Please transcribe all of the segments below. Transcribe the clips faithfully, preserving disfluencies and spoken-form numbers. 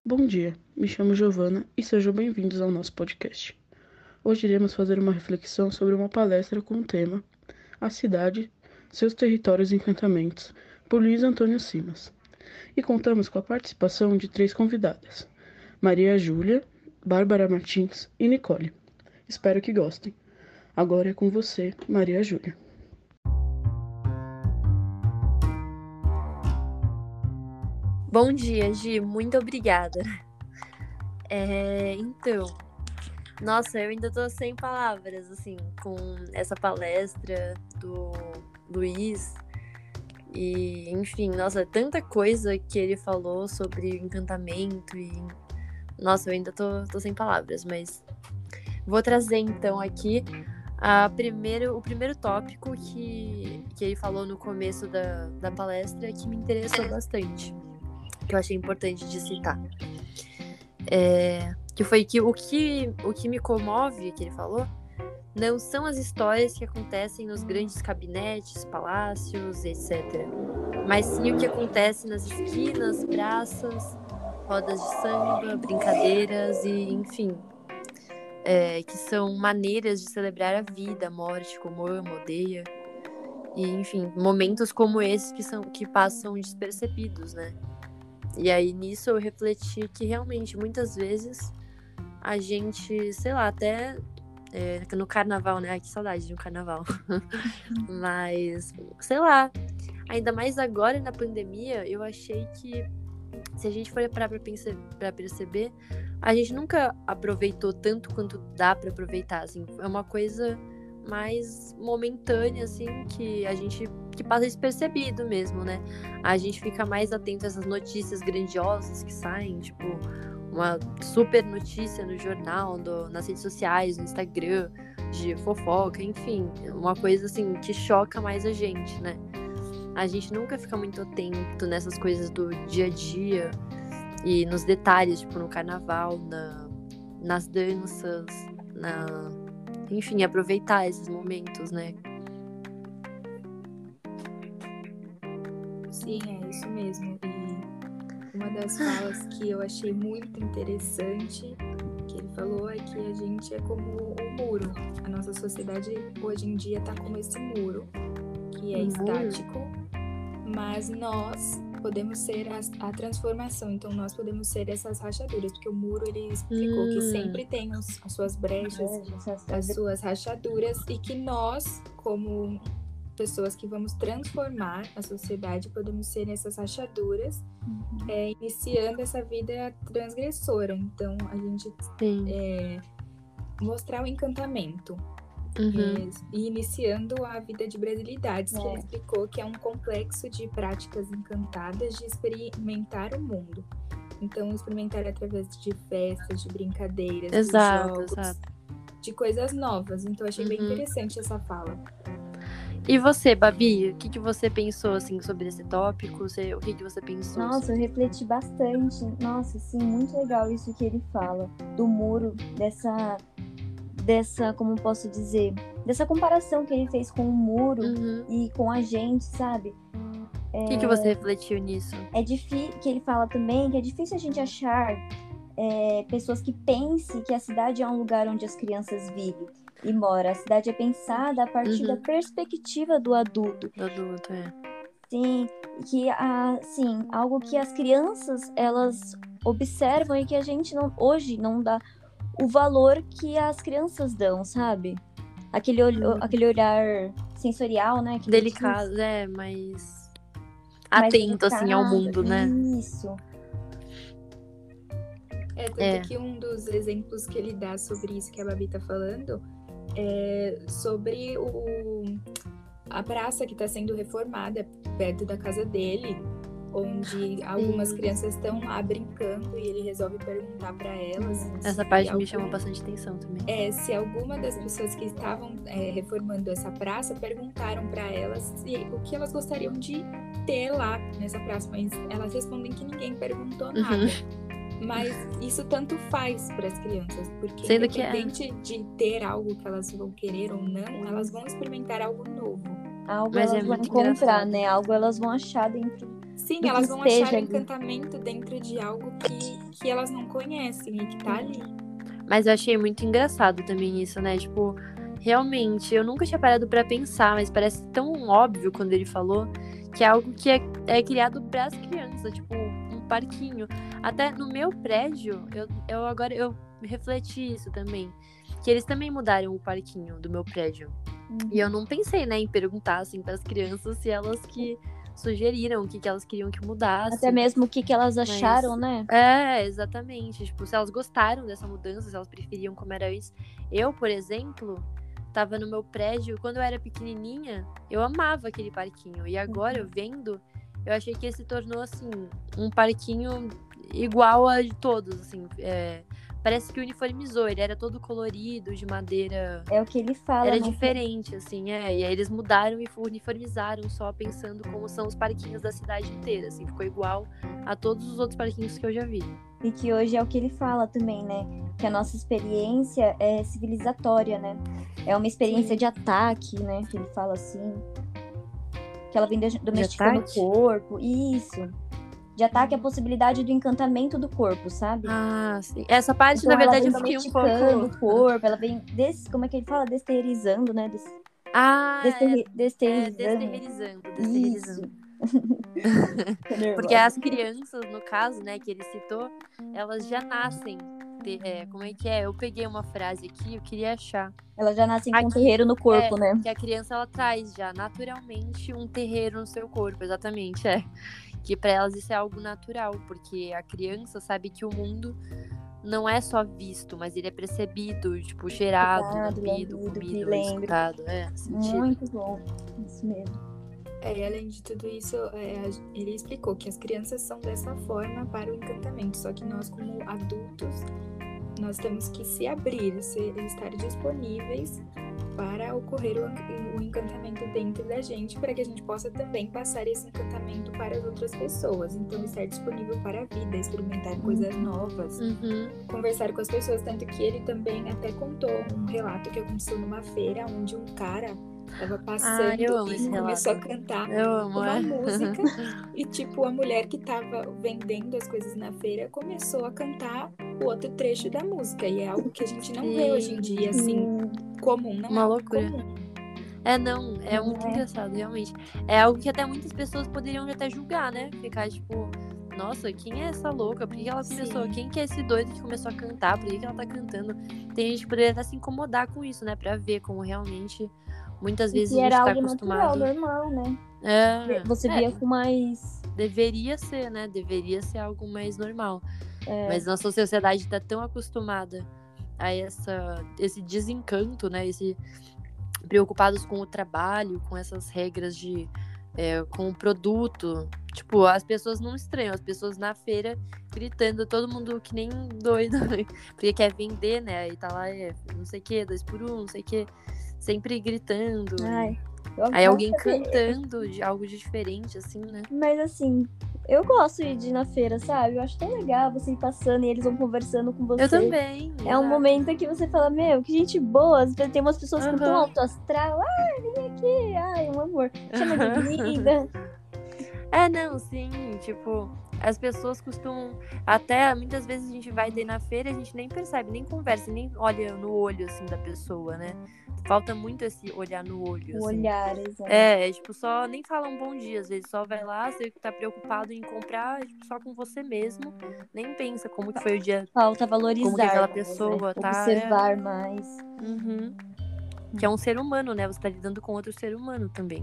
Bom dia, me chamo Giovana e sejam bem-vindos ao nosso podcast. Hoje iremos fazer uma reflexão sobre uma palestra com o tema A Cidade, Seus Territórios e Encantamentos, por Luiz Antônio Simas. E contamos com a participação de três convidadas, Maria Júlia, Bárbara Martins e Nicole. Espero que gostem. Agora é com você, Maria Júlia. Bom dia, Gi, muito obrigada. É, então, nossa, eu ainda tô sem palavras, assim, com essa palestra do Luiz. E, enfim, nossa, tanta coisa que ele falou sobre encantamento e... Nossa, eu ainda tô, tô sem palavras, mas vou trazer, então, aqui a primeiro, o primeiro tópico que, que ele falou no começo da, da palestra que me interessou bastante, que eu achei importante de citar. É, que foi que o, que o que me comove, que ele falou, não são as histórias que acontecem nos grandes gabinetes, palácios, etcétera. Mas sim o que acontece nas esquinas, praças, rodas de samba, brincadeiras e, enfim, é, que são maneiras de celebrar a vida, a morte, como ama, odeia. E, enfim, momentos como esses que, são, que passam despercebidos, né? E aí, nisso, eu refleti que realmente, muitas vezes, a gente, sei lá, até é, no carnaval, né? Ai, que saudade de um carnaval. Mas, sei lá, ainda mais agora na pandemia, eu achei que, se a gente for parar pra, pensar, pra perceber, a gente nunca aproveitou tanto quanto dá pra aproveitar, assim. É uma coisa mais momentânea, assim, que a gente... que passa despercebido mesmo, né? A gente fica mais atento a essas notícias grandiosas que saem, tipo, uma super notícia no jornal, do, nas redes sociais, no Instagram, de fofoca, enfim, uma coisa, assim, que choca mais a gente, né? A gente nunca fica muito atento nessas coisas do dia a dia e nos detalhes, tipo, no carnaval, na, nas danças, na... Enfim, aproveitar esses momentos, né? Sim, é isso mesmo. E uma das falas que eu achei muito interessante que ele falou é que a gente é como um muro. A nossa sociedade hoje em dia está como esse muro, que é Um estático, mas nós podemos ser a, a transformação. Então nós podemos ser essas rachaduras, porque o muro, ele explicou hum. que sempre tem os, as suas brechas, as suas rachaduras, e que nós, como pessoas que vamos transformar a sociedade, podemos ser essas rachaduras, uhum. é, iniciando essa vida transgressora. Então, a gente é, mostrar o encantamento, uhum. é, e iniciando a vida de brasilidades, é. que ele explicou que é um complexo de práticas encantadas de experimentar o mundo. Então, experimentar através de festas, de brincadeiras, exato, de jogos, exato. de coisas novas. Então, achei uhum. bem interessante essa fala. E você, Babi, o que, que você pensou, assim, sobre esse tópico? Você, o que, que você pensou? Nossa, sobre... eu refleti bastante. Nossa, sim, muito legal isso que ele fala. Do muro, dessa, dessa, como posso dizer, dessa comparação que ele fez com o muro uhum. e com a gente, sabe? O é... que, que você refletiu nisso? É difícil, que ele fala também que é difícil a gente achar é, pessoas que pensem que a cidade é um lugar onde as crianças vivem e mora. A cidade é pensada a partir uhum. da perspectiva do adulto. Do adulto, é. Sim, que assim, algo que as crianças elas observam e que a gente não, hoje não dá o valor que as crianças dão, sabe? Aquele, olh- uhum. aquele olhar sensorial, né? Que delicado, é, mas atento, delicado, assim, ao mundo, né? Isso. É, tanto é. que um dos exemplos que ele dá sobre isso que a Babi tá falando é sobre o, a praça que está sendo reformada perto da casa dele, onde algumas Sim. crianças estão lá brincando e ele resolve perguntar para elas. Essa parte algum, me chamou bastante atenção também. É, se alguma das pessoas que estavam é, reformando essa praça perguntaram para elas se, o que elas gostariam de ter lá nessa praça, mas elas respondem que ninguém perguntou nada. Uhum. Mas isso tanto faz para as crianças, porque Sendo independente que é... de ter algo que elas vão querer ou não, elas vão experimentar algo novo. Algo Mas elas é vão muito encontrar, engraçado. né? Algo elas vão achar dentro Sim, do que elas vão esteja achar o ali. encantamento dentro de algo que, que elas não conhecem e que tá ali. Mas eu achei muito engraçado também isso, né? Tipo, realmente, eu nunca tinha parado pra pensar, mas parece tão óbvio quando ele falou que é algo que é, é criado pras crianças, tipo, um parquinho. Até no meu prédio, eu, eu agora eu refleti isso também. Que eles também mudaram o parquinho do meu prédio. Uhum. E eu não pensei, né, em perguntar, assim, pras crianças se elas que sugeriram, o que, que elas queriam que mudasse. Até mesmo o que, que elas Mas- acharam, né? É, exatamente. Tipo, se elas gostaram dessa mudança, se elas preferiam como era antes. Eu, por exemplo, tava no meu prédio, quando eu era pequenininha, eu amava aquele parquinho. E agora, eu vendo, eu achei que ele se tornou, assim, um parquinho igual a de todos, assim. é, Parece que uniformizou, ele era todo colorido, de madeira. É o que ele fala, Era né? diferente, assim, é. E aí eles mudaram e uniformizaram só pensando como são os parquinhos da cidade inteira, assim. Ficou igual a todos os outros parquinhos que eu já vi. E que hoje é o que ele fala também, né? Que a nossa experiência é civilizatória, né? É uma experiência Sim. de ataque, né? Que ele fala assim. Que ela vem de- domesticando o ataque? corpo. Isso. De ataque é a possibilidade do encantamento do corpo, sabe? Ah, sim. Essa parte, Então na verdade, ela eu vem fiquei um domesticando pouco... o corpo, ela vem, des, como é que ele fala? Desterilizando, né? Des, Ah, desterri- é, é desterilizando. desterrilizando, Isso. desterrilizando. Tô nervosa. Porque as crianças, no caso, né, que ele citou, elas já nascem... te- é, como é que é? Eu peguei uma frase aqui, eu queria achar. Elas já nascem com um Aqui, terreiro no corpo, é, né? que a criança, ela traz já, naturalmente, um terreiro no seu corpo, exatamente, é. Que pra elas isso é algo natural, porque a criança sabe que o mundo não é só visto, mas ele é percebido, tipo, cheirado, Cheirado, lambido, lambido, que comido, lembre. escutado, é, sentido. Muito bom. Isso mesmo. É, e além de tudo isso, é, ele explicou que as crianças são dessa forma para o encantamento, só que nós, como adultos, nós temos que se abrir, se, estar disponíveis para ocorrer o, o encantamento dentro da gente, para que a gente possa também passar esse encantamento para as outras pessoas. Então, estar disponível para a vida, experimentar coisas novas, Uhum. conversar com as pessoas, tanto que ele também até contou um relato que aconteceu numa feira, onde um cara tava passando Ah, eu amo e esse começou relato. a cantar Eu amo, uma é. música e tipo a mulher que tava vendendo as coisas na feira começou a cantar o outro trecho da música, e é algo que a gente não vê hoje em dia assim comum, não Uma é algo loucura. comum. É, não, é Não muito é. engraçado, realmente. É algo que até muitas pessoas poderiam até julgar, né? Ficar tipo, nossa, quem é essa louca? Por que que ela começou? Sim. Quem que é esse doido que começou a cantar? Por que que ela tá cantando? Tem gente que poderia até se incomodar com isso, né? Pra ver como realmente, muitas vezes Que a gente era tá algo natural, acostumado. normal, né? É, Você é, via com mais. deveria ser, né? Deveria ser algo mais normal. É, Mas nossa sociedade tá tão acostumada a essa, esse desencanto, né? Esse preocupados com o trabalho, com essas regras de é, com o produto. Tipo, as pessoas não estranham, as pessoas na feira gritando, todo mundo que nem doido, porque quer vender, né? Aí tá lá, é, não sei o que, dois por um, não sei o que, sempre gritando. ai, eu Aí gosto alguém de- cantando de algo diferente, assim, né? Mas assim, eu gosto de ir na feira, sabe? Eu acho tão legal você ir passando e eles vão conversando com você. Eu também. É um exato. momento que você fala, meu, que gente boa. Às vezes tem umas pessoas que estão Aham. alto astral. Ai, vem aqui. Ai, um amor. Chama de linda. É, não, sim, tipo, as pessoas costumam, até muitas vezes a gente vai daí na feira e a gente nem percebe, nem conversa, nem olha no olho, assim, da pessoa, né? Falta muito esse olhar no olho, O assim. olhar, exato. É, tipo, só nem fala um bom dia, às vezes só vai lá, você tá preocupado em comprar, tipo, só com você mesmo, nem pensa como que foi o dia, Falta valorizar. como que aquela mais, pessoa né? tá, Observar mais. Uhum. Que é um ser humano, né? Você tá lidando com outro ser humano também.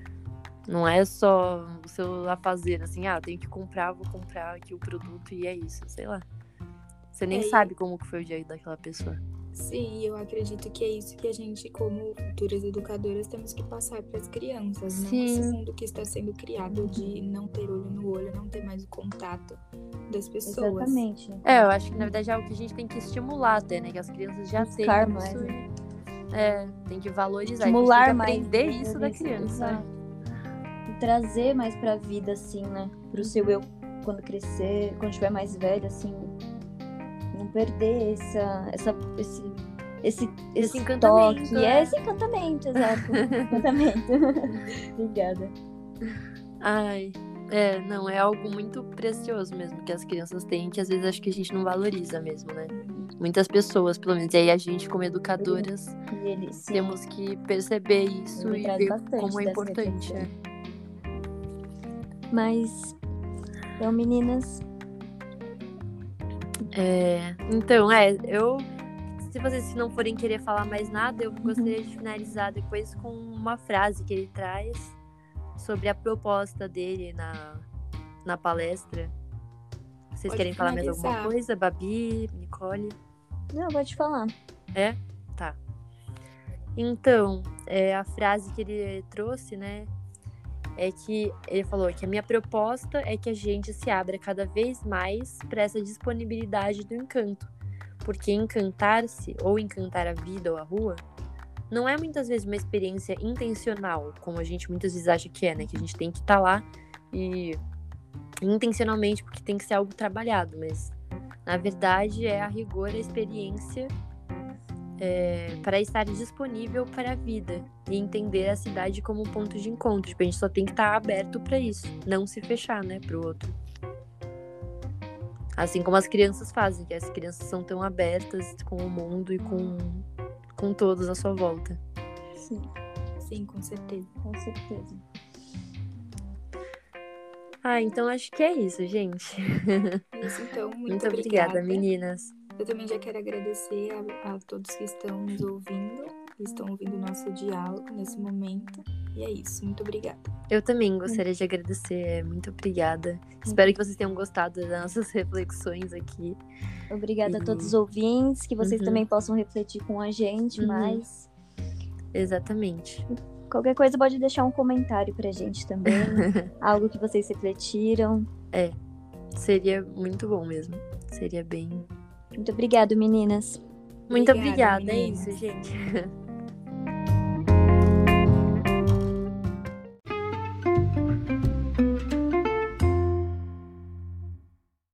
Não é só o seu afazer, assim, ah, tenho que comprar, vou comprar aqui o produto e é isso, sei lá. Você nem É, e- sabe como que foi o dia daquela pessoa. Sim, eu acredito que é isso que a gente, como futuras educadoras, temos que passar para as crianças. Não Sim. esse mundo que está sendo criado de não ter olho no olho, não ter mais o contato das pessoas. Exatamente. É, eu acho que na verdade é algo que a gente tem que estimular até, né? Que as crianças já Buscar tenham mais, isso. né? É, tem que valorizar. Estimular a gente mais. tem que aprender né? isso da Isso, criança. né? exato. E trazer mais pra vida, assim, né? Pro seu eu quando crescer, quando tiver mais velho, assim. Não perder essa, essa, esse, esse, esse encantamento, toque. né? É esse encantamento, exato. Encantamento. Obrigada. Ai. É, não, é algo muito precioso mesmo que as crianças têm, que às vezes acho que a gente não valoriza mesmo, né? Muitas pessoas, pelo menos. E aí a gente, como educadoras, E ele, sim, temos que perceber isso ele e traz ver bastante como é dessa importante. reflexão. É. Mas, então, meninas, É, então, é, eu. Se vocês não forem querer falar mais nada, eu gostaria de finalizar depois com uma frase que ele traz sobre a proposta dele na, na palestra. Vocês Pode querem falar mais alguma finalizar. coisa? Babi, Nicole? não, vou te falar. É? Tá. Então, é, a frase que ele trouxe, né? É que ele falou que a minha proposta é que a gente se abra cada vez mais para essa disponibilidade do encanto. Porque encantar-se, ou encantar a vida ou a rua, não é muitas vezes uma experiência intencional, como a gente muitas vezes acha que é, né? Que a gente tem que estar lá e intencionalmente, porque tem que ser algo trabalhado, mas na verdade é a rigor a experiência é, para estar disponível para a vida e entender a cidade como um ponto de encontro. Tipo, a gente só tem que estar aberto para isso, não se fechar, né, para o outro. Assim como as crianças fazem, que as crianças são tão abertas com o mundo e com, com todos à sua volta. Sim, Sim, com certeza. com certeza. Ah, então acho que é isso, gente. Isso, então, muito, Muito obrigada, obrigada. meninas. Eu também já quero agradecer a, a todos que estão nos ouvindo, que estão ouvindo o nosso diálogo nesse momento. E é isso, muito obrigada. Eu também gostaria de agradecer, muito obrigada. Espero que vocês tenham gostado das nossas reflexões aqui. Obrigada E- a todos os ouvintes, que vocês Uhum. também possam refletir com a gente, Uhum. mas Exatamente. qualquer coisa pode deixar um comentário pra gente também, algo que vocês refletiram. Seria muito bom mesmo. Seria bem. Muito obrigada, meninas. Muito Obrigada, obrigada, é meninas. isso, gente.